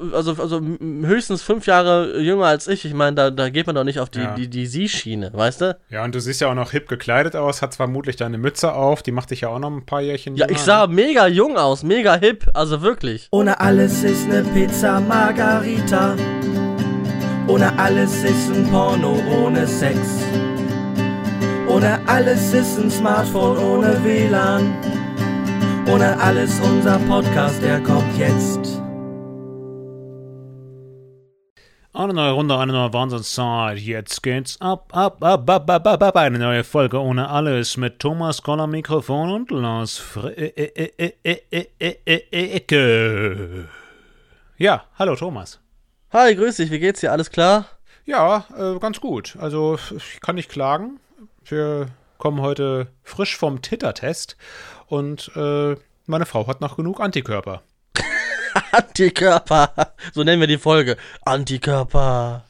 also höchstens 5 Jahre jünger als ich. Ich meine, da geht man doch nicht auf die Sie-Schiene, weißt du? Ja, und du siehst ja auch noch hip gekleidet aus, hat vermutlich deine Mütze auf, die macht dich ja auch noch ein paar Jährchen jünger. Ja, ich sah mega jung aus, mega hip, also wirklich. Ohne alles ist eine Pizza Margarita. Ohne alles ist ein Porno ohne Sex. Ohne alles ist ein Smartphone ohne WLAN. Ohne alles unser Podcast, der kommt jetzt. Eine neue Runde, eine neue Wahnsinnszeit. Jetzt geht's ab. Eine neue Folge ohne alles mit Thomas Koller Mikrofon und Lars Fricke. Ja, hallo Thomas. Hi, grüß dich, wie geht's dir? Alles klar? Ja, ganz gut. Also, ich kann nicht klagen. Wir kommen heute frisch vom Tittertest und meine Frau hat noch genug Antikörper. Antikörper, so nennen wir die Folge. Antikörper.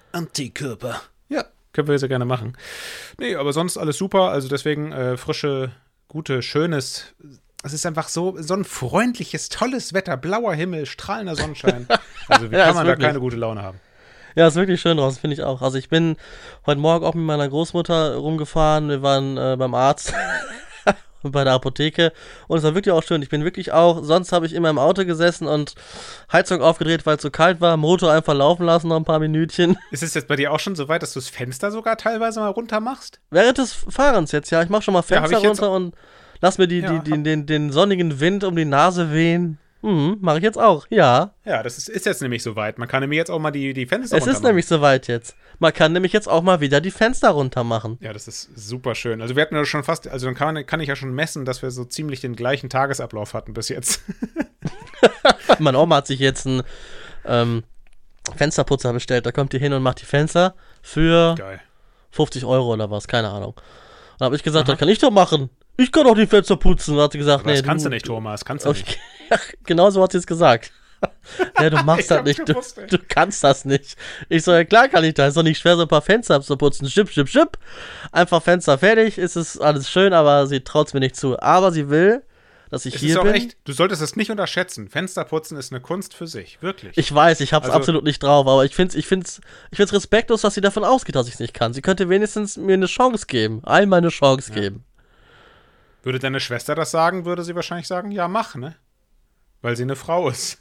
Ja, können wir sehr gerne machen. Nee, aber sonst alles super. Also deswegen frische, gute, schönes. Es ist einfach so ein freundliches, tolles Wetter. Blauer Himmel, strahlender Sonnenschein. Also wie kann man da keine gute Laune haben? Ja, ist wirklich schön draußen, finde ich auch. Also ich bin heute Morgen auch mit meiner Großmutter rumgefahren. Wir waren beim Arzt. Bei der Apotheke und es war wirklich auch schön. Ich bin wirklich auch, sonst habe ich immer im Auto gesessen und Heizung aufgedreht, weil es so kalt war, Motor einfach laufen lassen noch ein paar Minütchen. Ist es jetzt bei dir auch schon so weit, dass du das Fenster sogar teilweise mal runter machst? Während des Fahrens jetzt, ja. Ich mache schon mal Fenster runter und lass mir den sonnigen Wind um die Nase wehen. Mache ich jetzt auch, ja. Ja, das ist jetzt nämlich soweit. Man kann nämlich jetzt auch mal die Fenster runter machen. Es ist nämlich soweit jetzt. Man kann nämlich jetzt auch mal wieder die Fenster runter machen. Ja, das ist super schön. Also wir hatten ja schon fast, also dann kann ich ja schon messen, dass wir so ziemlich den gleichen Tagesablauf hatten bis jetzt. Meine Oma hat sich jetzt einen Fensterputzer bestellt. Da kommt die hin und macht die Fenster für 50 Euro oder was, keine Ahnung. Dann habe ich gesagt, das kann ich doch machen. Ich kann doch die Fenster putzen. Da hat sie gesagt, aber das kannst du nicht, Thomas, kannst du nicht. Genau so hat sie es gesagt. Ja, du machst das nicht, du kannst das nicht. Ich so, ja klar kann ich das, ist doch nicht schwer, so ein paar Fenster abzuputzen. Schip. Einfach Fenster fertig, ist es alles schön, aber sie traut es mir nicht zu. Aber sie will, dass ich hier bin. Echt, du solltest es nicht unterschätzen. Fensterputzen ist eine Kunst für sich, wirklich. Ich weiß, ich hab's absolut nicht drauf, aber ich find's respektlos, dass sie davon ausgeht, dass ich es nicht kann. Sie könnte wenigstens mir eine Chance geben, einmal eine Chance geben. Würde deine Schwester das sagen, würde sie wahrscheinlich sagen, ja, mach, ne? Weil sie eine Frau ist.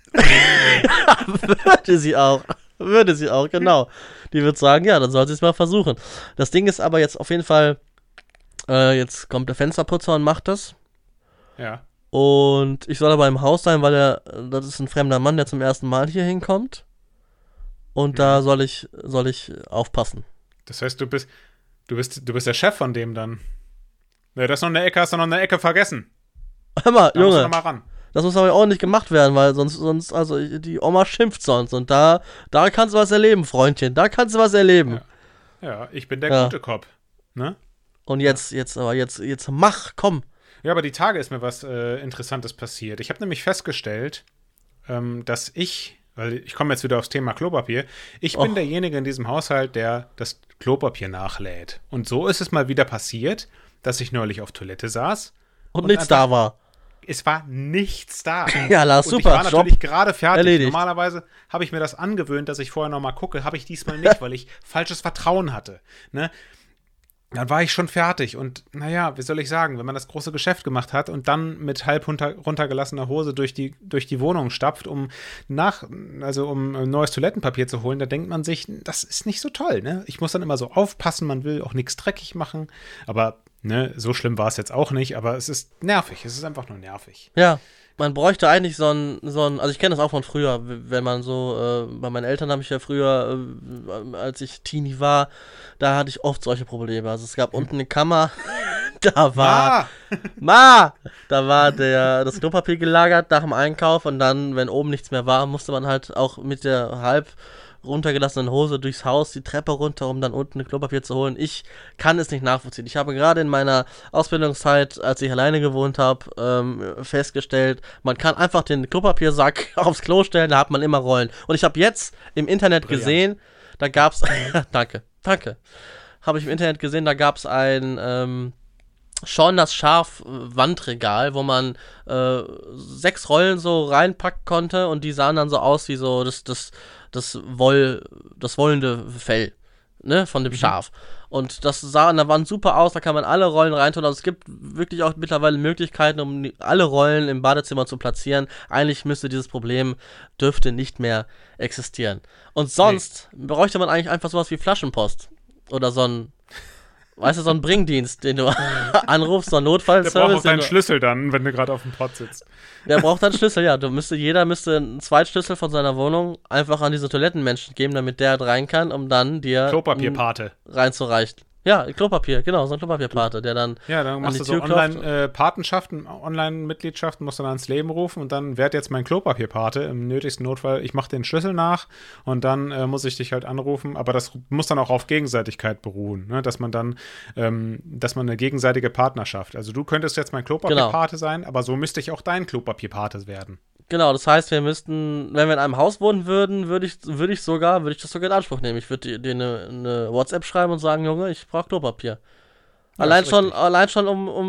Würde sie auch, genau. Die wird sagen, ja, dann soll sie es mal versuchen. Das Ding ist aber jetzt auf jeden Fall, jetzt kommt der Fensterputzer und macht das. Ja. Und ich soll aber im Haus sein, weil das ist ein fremder Mann, der zum ersten Mal hier hinkommt. Und da soll ich aufpassen. Das heißt, du bist der Chef von dem dann. Ne, hast du noch eine Ecke vergessen. Hör mal, da Junge. musst du noch mal ran. Das muss aber ordentlich gemacht werden, weil sonst, also die Oma schimpft sonst. Und da kannst du was erleben, Freundchen. Da kannst du was erleben. Ja, ich bin der gute Cop. Ne? Und jetzt mach, komm. Ja, aber die Tage ist mir was Interessantes passiert. Ich habe nämlich festgestellt, dass weil ich komme jetzt wieder aufs Thema Klopapier, ich bin derjenige in diesem Haushalt, der das Klopapier nachlädt. Und so ist es mal wieder passiert, dass ich neulich auf Toilette saß. Und nichts da war. Es war nichts da. Ja, Lars, super. Ich war natürlich gerade fertig. Erledigt. Normalerweise habe ich mir das angewöhnt, dass ich vorher noch mal gucke. Habe ich diesmal nicht, weil ich falsches Vertrauen hatte. Ne? Dann war ich schon fertig. Und naja, wie soll ich sagen, wenn man das große Geschäft gemacht hat und dann mit halb runtergelassener Hose durch die Wohnung stapft, um neues Toilettenpapier zu holen, da denkt man sich, das ist nicht so toll. Ne? Ich muss dann immer so aufpassen, man will auch nichts dreckig machen. Aber so schlimm war es jetzt auch nicht, aber es ist nervig. Es ist einfach nur nervig. Ja, man bräuchte eigentlich so ein also ich kenne das auch von früher, wenn man so, bei meinen Eltern habe ich ja früher, als ich Teenie war, da hatte ich oft solche Probleme. Also es gab unten eine Kammer, da war das Klopapier gelagert nach dem Einkauf und dann, wenn oben nichts mehr war, musste man halt auch mit der halb runtergelassenen Hose durchs Haus, die Treppe runter, um dann unten ein Klopapier zu holen. Ich kann es nicht nachvollziehen. Ich habe gerade in meiner Ausbildungszeit, als ich alleine gewohnt habe, festgestellt, man kann einfach den Klopapiersack aufs Klo stellen, da hat man immer Rollen. Und ich habe jetzt im Internet gesehen, da gab's danke, habe ich im Internet gesehen, da gab's ein schon das Schaf-Wandregal, wo man 6 Rollen so reinpacken konnte und die sahen dann so aus wie so das wollende Fell, ne, von dem Schaf. Und das sah an der Wand super aus, da kann man alle Rollen reintun. Also es gibt wirklich auch mittlerweile Möglichkeiten, um alle Rollen im Badezimmer zu platzieren. Eigentlich dürfte nicht mehr existieren. Und sonst bräuchte man eigentlich einfach sowas wie Flaschenpost. Oder so ein Bringdienst, den du anrufst, so ein Notfallservice. Der braucht auch deinen Schlüssel dann, wenn du gerade auf dem Pott sitzt. Der braucht dann Schlüssel, ja. Jeder müsste einen Zweitschlüssel von seiner Wohnung einfach an diese Toilettenmenschen geben, damit der rein kann, um dann dir Klopapierpate reinzureichen. Ja, Klopapier, genau, so ein Klopapierpate, der dann. Ja, dann machst du so Online-Patenschaften, Online-Mitgliedschaften, musst du dann ans Leben rufen und dann werd jetzt mein Klopapierpate im nötigsten Notfall. Ich mache den Schlüssel nach und dann muss ich dich halt anrufen. Aber das muss dann auch auf Gegenseitigkeit beruhen, ne? Dass man eine gegenseitige Partnerschaft. Also du könntest jetzt mein Klopapierpate sein, aber so müsste ich auch dein Klopapierpate werden. Genau, das heißt, wir müssten, wenn wir in einem Haus wohnen würden, würde ich das sogar in Anspruch nehmen. Ich würde dir eine WhatsApp schreiben und sagen, Junge, ich brauche Klopapier. Ja, allein schon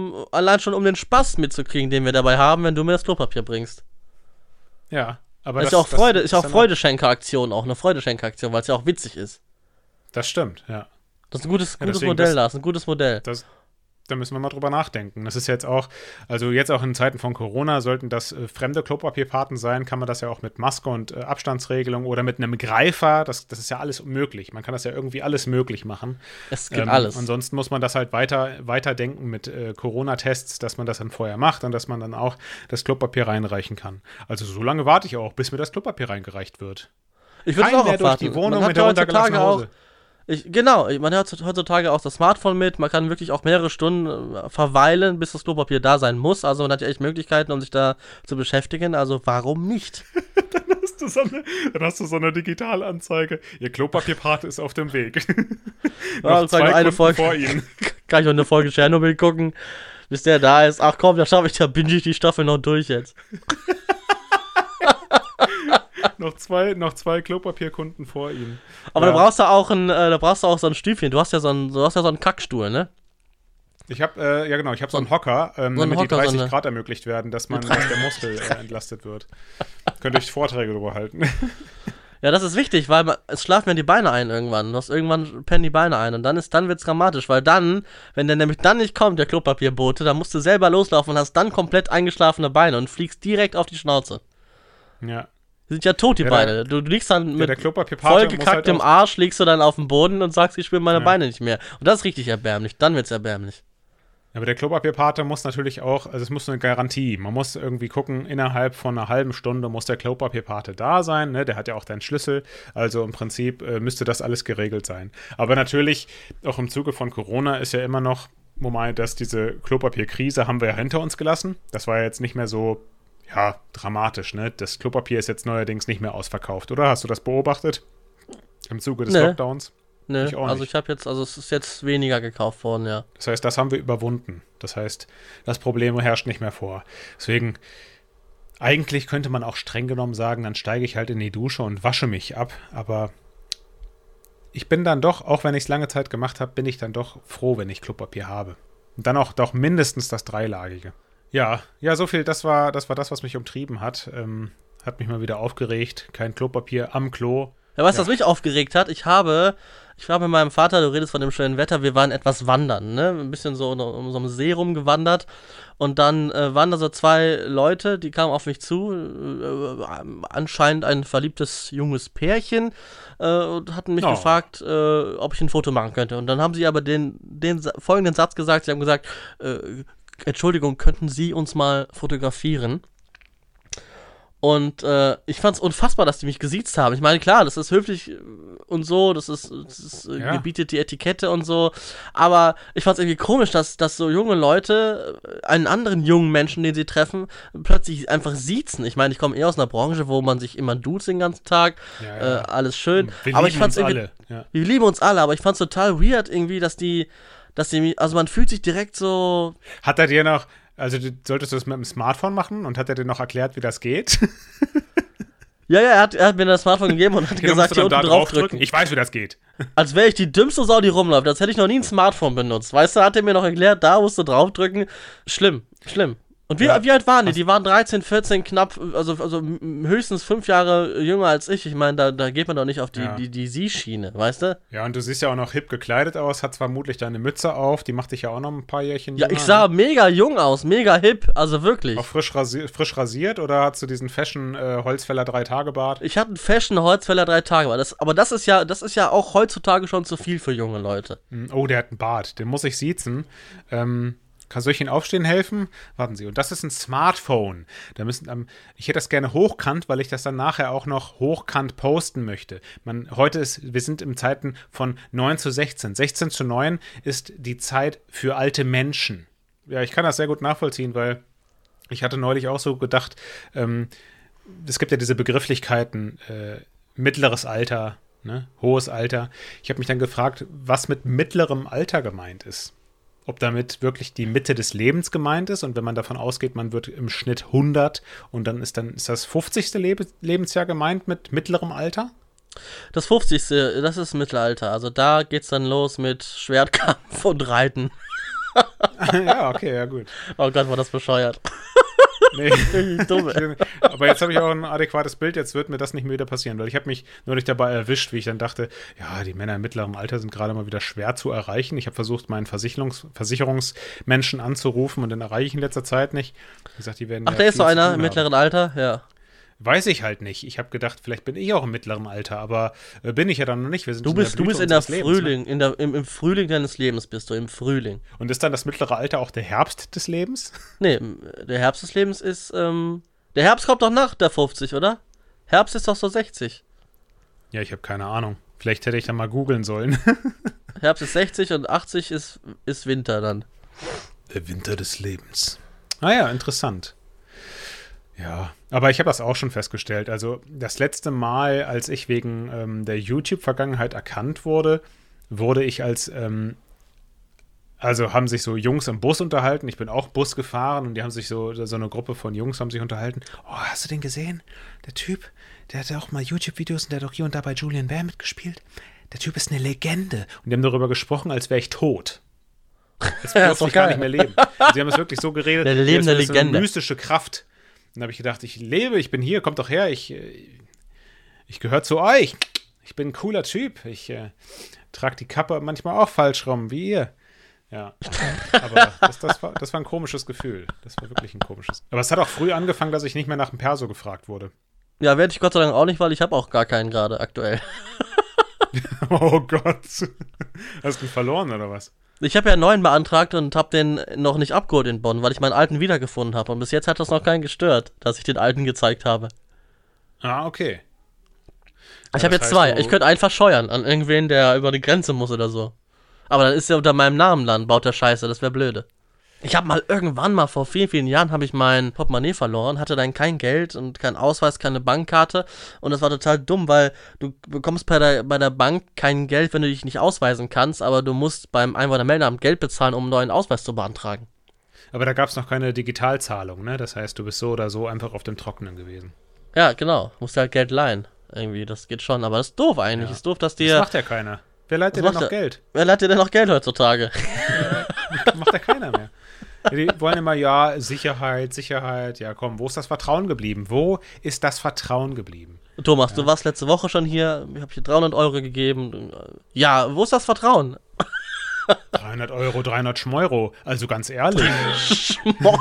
um den Spaß mitzukriegen, den wir dabei haben, wenn du mir das Klopapier bringst. Ja, aber das ist ja auch Freudeschenker-Aktion, eine Freudeschenker-Aktion, weil es ja auch witzig ist. Das stimmt, ja. Das ist ein gutes Modell, Lars, ein gutes Modell. Da müssen wir mal drüber nachdenken. Das ist jetzt auch in Zeiten von Corona sollten das fremde Klopapierpaten sein, kann man das ja auch mit Maske und Abstandsregelung oder mit einem Greifer, das ist ja alles möglich. Man kann das ja irgendwie alles möglich machen. Es geht alles. Ansonsten muss man das halt weiter denken mit Corona-Tests, dass man das dann vorher macht und dass man dann auch das Klopapier reinreichen kann. Also so lange warte ich auch, bis mir das Klopapier reingereicht wird. Ich würde auch durch warten. die Wohnung mit heruntergelassenen Hose. Man hat heutzutage auch das Smartphone mit, man kann wirklich auch mehrere Stunden verweilen, bis das Klopapier da sein muss, also man hat ja echt Möglichkeiten, um sich da zu beschäftigen, also warum nicht? Dann hast du so eine Digitalanzeige, Ihr Klopapierpate ist auf dem Weg. Noch 2 Kunden vor Ihnen. Kann ich noch eine Folge Tschernobyl gucken, bis der da ist. Ach komm, binge ich die Staffel noch durch jetzt. noch zwei Klopapierkunden vor ihm. Aber ja. Da brauchst du auch so ein Stüfchen. Du hast ja so einen Kackstuhl, ne? Ich habe so einen Hocker, damit die 30 Grad ermöglicht werden, dass der Muskel entlastet wird. Könnte ich Vorträge darüber halten. Ja, das ist wichtig, weil es schlafen ja die Beine ein irgendwann. Irgendwann pennen die Beine ein und dann wird's dramatisch, weil dann, wenn der nämlich dann nicht kommt, der Klopapierbote, dann musst du selber loslaufen und hast dann komplett eingeschlafene Beine und fliegst direkt auf die Schnauze. Ja. Die sind ja tot, die Beine. Du liegst dann mit vollgekacktem Arsch, liegst du dann auf dem Boden und sagst, ich spüre meine Beine nicht mehr. Und das ist richtig erbärmlich. Dann wird's erbärmlich. Aber der Klopapierpate muss natürlich auch, also es muss eine Garantie. Man muss irgendwie gucken, innerhalb von einer halben Stunde muss der Klopapierpate da sein. Ne? Der hat ja auch deinen Schlüssel. Also im Prinzip müsste das alles geregelt sein. Aber natürlich, auch im Zuge von Corona ist ja immer noch, dass diese Klopapierkrise haben wir ja hinter uns gelassen. Das war ja jetzt nicht mehr so dramatisch, ne? Das Klopapier ist jetzt neuerdings nicht mehr ausverkauft, oder? Hast du das beobachtet? Im Zuge des Lockdowns? Nö, es ist jetzt weniger gekauft worden, ja. Das heißt, das haben wir überwunden. Das heißt, das Problem herrscht nicht mehr vor. Deswegen, eigentlich könnte man auch streng genommen sagen, dann steige ich halt in die Dusche und wasche mich ab, aber ich bin dann doch, auch wenn ich es lange Zeit gemacht habe, bin ich dann doch froh, wenn ich Klopapier habe. Und dann auch doch mindestens das dreilagige. Ja, so viel, das war das, was mich umtrieben hat. Hat mich mal wieder aufgeregt. Kein Klopapier am Klo. Ja, weißt du, was mich aufgeregt hat? Ich war mit meinem Vater, du redest von dem schönen Wetter, wir waren etwas wandern, ne? Ein bisschen so um so einem See rumgewandert. Und dann waren da so 2 Leute, die kamen auf mich zu, anscheinend ein verliebtes junges Pärchen, und hatten mich gefragt, ob ich ein Foto machen könnte. Und dann haben sie aber den folgenden Satz gesagt, sie haben gesagt, Entschuldigung, könnten Sie uns mal fotografieren? Und ich fand's unfassbar, dass die mich gesiezt haben. Ich meine, klar, das ist höflich und so, das gebietet die Etikette und so, aber ich fand's irgendwie komisch, dass so junge Leute einen anderen jungen Menschen, den sie treffen, plötzlich einfach siezen. Ich meine, ich komme aus einer Branche, wo man sich immer duzt den ganzen Tag, alles schön. Aber ich fand's irgendwie, wir lieben uns alle, aber ich fand's total weird irgendwie, also man fühlt sich direkt so. Hat er dir noch, also solltest du das mit dem Smartphone machen und hat er dir noch erklärt, wie das geht? Ja, er hat mir das Smartphone gegeben und hat gesagt, hier unten draufdrücken. Ich weiß, wie das geht. Als wäre ich die dümmste Sau, die rumläuft. Als hätte ich noch nie ein Smartphone benutzt. Weißt du, hat er mir noch erklärt, da musst du draufdrücken. Schlimm. Und wie alt waren die? Die waren 13, 14, knapp, also höchstens 5 Jahre jünger als ich. Ich meine, da geht man doch nicht auf die Sie-Schiene, weißt du? Ja, und du siehst ja auch noch hip gekleidet aus, hat vermutlich deine Mütze auf, die macht dich ja auch noch ein paar Jährchen jünger. Ja, ich sah mega jung aus, mega hip, also wirklich. Auch frisch rasiert oder hast du diesen Fashion-Holzfäller 3-Tage-Bart? Ich hatte einen Fashion-Holzfäller 3-Tage-Bart, aber das ist ja auch heutzutage schon zu viel für junge Leute. Oh, der hat einen Bart, den muss ich siezen. Soll ich Ihnen aufstehen helfen? Warten Sie. Und das ist ein Smartphone. Ich hätte das gerne hochkant, weil ich das dann nachher auch noch hochkant posten möchte. Wir sind in Zeiten von 9:16. 16:9 ist die Zeit für alte Menschen. Ja, ich kann das sehr gut nachvollziehen, weil ich hatte neulich auch so gedacht, es gibt ja diese Begrifflichkeiten, mittleres Alter, ne, hohes Alter. Ich habe mich dann gefragt, was mit mittlerem Alter gemeint ist. Ob damit wirklich die Mitte des Lebens gemeint ist und wenn man davon ausgeht, man wird im Schnitt 100 und dann ist das 50. Lebensjahr gemeint mit mittlerem Alter? Das 50. Das ist Mittelalter. Also da geht's dann los mit Schwertkampf und Reiten. Ja, okay, ja gut. Oh Gott, war das bescheuert. Nee. Dumm. Aber jetzt habe ich auch ein adäquates Bild, jetzt wird mir das nicht mehr wieder passieren, weil ich habe mich neulich dabei erwischt, wie ich dann dachte, ja, die Männer im mittleren Alter sind gerade mal wieder schwer zu erreichen. Ich habe versucht, meinen Versicherungsmenschen anzurufen und den erreiche ich in letzter Zeit nicht. Ich gesagt, die werden da ist so einer im mittleren Alter, ja. Weiß ich halt nicht. Ich habe gedacht, vielleicht bin ich auch im mittleren Alter, aber bin ich ja dann noch nicht. Du bist in der Frühling, im Frühling deines Lebens bist du, im Frühling. Und ist dann das mittlere Alter auch der Herbst des Lebens? Nee, der Herbst des Lebens ist, der Herbst kommt doch nach der 50, oder? Herbst ist doch so 60. Ja, ich habe keine Ahnung. Vielleicht hätte ich da mal googeln sollen. Herbst ist 60 und 80 ist Winter dann. Der Winter des Lebens. Ah ja, interessant. Ja, aber ich habe das auch schon festgestellt. Also das letzte Mal, als ich wegen der YouTube-Vergangenheit erkannt wurde ich als, also haben sich so Jungs im Bus unterhalten. Ich bin auch Bus gefahren und die haben sich so eine Gruppe von Jungs haben sich unterhalten. Oh, hast du den gesehen? Der Typ, der hatte auch mal YouTube-Videos und der hat auch hier und da bei Julian Bam mitgespielt. Der Typ ist eine Legende. Und die haben darüber gesprochen, als wäre ich tot. Jetzt plötzlich gar nicht mehr leben. Sie haben es wirklich so geredet, der lebende als Legende. Eine mystische Kraft. Dann habe ich gedacht, ich lebe, ich bin hier, kommt doch her, ich gehöre zu euch. Ich bin ein cooler Typ. Ich trage die Kappe manchmal auch falsch rum, wie ihr. Ja, aber das war ein komisches Gefühl. Das war wirklich ein komisches. Aber es hat auch früh angefangen, dass ich nicht mehr nach dem Perso gefragt wurde. Ja, werde ich Gott sei Dank auch nicht, weil ich habe auch gar keinen gerade aktuell. Oh Gott. Hast du ihn verloren oder was? Ich habe ja einen neuen beantragt und habe den noch nicht abgeholt in Bonn, weil ich meinen alten wiedergefunden habe. Und bis jetzt hat das noch keinen gestört, dass ich den alten gezeigt habe. Ah, okay. Ich habe jetzt 2. Ich könnte einen verscheuern an irgendwen, der über die Grenze muss oder so. Aber dann ist er unter meinem Namen dann, baut der Scheiße, das wäre blöde. Ich habe mal irgendwann mal vor vielen, vielen Jahren habe ich mein Portemonnaie verloren, hatte dann kein Geld und kein Ausweis, keine Bankkarte und das war total dumm, weil du bekommst bei der Bank kein Geld, wenn du dich nicht ausweisen kannst, aber du musst beim Einwohnermeldeamt Geld bezahlen, um einen neuen Ausweis zu beantragen. Aber da gab es noch keine Digitalzahlung, ne? Das heißt, du bist so oder so einfach auf dem Trockenen gewesen. Ja, genau. Musst halt Geld leihen. Irgendwie, das geht schon, aber das ist doof eigentlich. Ja. Ist doof, dass dir... Das macht ja keiner. Wer leiht dir denn noch Geld? Wer leiht dir denn noch Geld heutzutage? Macht ja keiner mehr. Die wollen immer, ja, Sicherheit, ja komm, wo ist das Vertrauen geblieben? Wo ist das Vertrauen geblieben? Thomas, du warst letzte Woche schon hier, ich habe dir 300 € gegeben. Ja, wo ist das Vertrauen? 300 €, 300 Schmeuro, also ganz ehrlich. Schmeuro?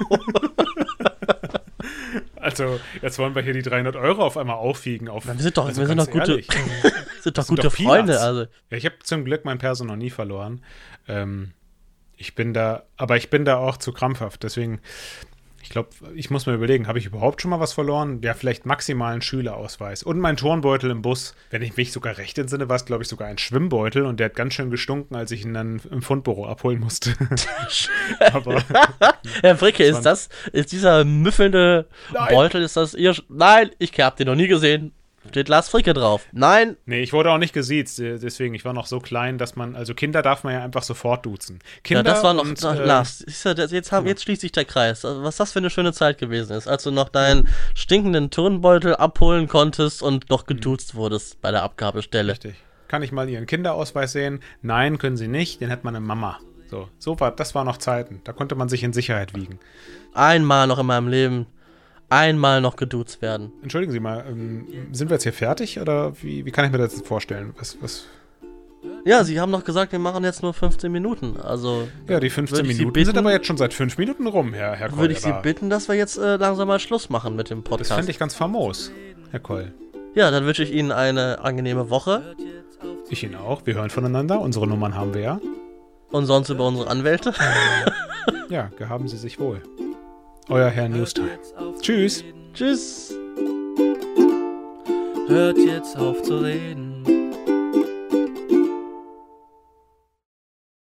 Also, jetzt wollen wir hier die 300 € auf einmal aufwiegen. Wir sind doch gute Freunde. Also. Ja, ich habe zum Glück mein Perso noch nie verloren. Ich bin da auch zu krampfhaft. Deswegen, ich glaube, ich muss mir überlegen, habe ich überhaupt schon mal was verloren? Ja, vielleicht maximal einen Schülerausweis. Und mein Turnbeutel im Bus. Wenn ich mich sogar recht entsinne, war es, glaube ich, sogar ein Schwimmbeutel. Und der hat ganz schön gestunken, als ich ihn dann im Fundbüro abholen musste. Aber, Herr Fricke, ist dieser müffelnde Beutel, ist das ihr... Nein, ich habe den noch nie gesehen. Steht Lars Fricke drauf. Nein. Nee, ich wurde auch nicht gesiezt, deswegen, ich war noch so klein, dass also Kinder darf man ja einfach sofort duzen. Kinder ja, das war noch, Lars, jetzt schließt sich der Kreis. Also, was das für eine schöne Zeit gewesen ist, als du noch deinen stinkenden Turnbeutel abholen konntest und noch geduzt wurdest bei der Abgabestelle. Richtig. Kann ich mal Ihren Kinderausweis sehen? Nein, können Sie nicht, den hat meine Mama. Das war noch Zeiten, da konnte man sich in Sicherheit wiegen. Einmal noch in meinem Leben. Einmal noch geduzt werden. Entschuldigen Sie mal, sind wir jetzt hier fertig oder wie kann ich mir das vorstellen? Was? Ja, Sie haben doch gesagt, wir machen jetzt nur 15 Minuten. Also ja, die 15 Minuten sind aber jetzt schon seit 5 Minuten rum, Herr Koll. Würde ich Sie bitten, dass wir jetzt langsam mal Schluss machen mit dem Podcast. Das fände ich ganz famos, Herr Koll. Ja, dann wünsche ich Ihnen eine angenehme Woche. Ich Ihnen auch. Wir hören voneinander. Unsere Nummern haben wir ja. Und sonst über unsere Anwälte. Ja, gehaben Sie sich wohl. Euer Herr Newstime. Tschüss. Tschüss. Hört jetzt auf zu reden.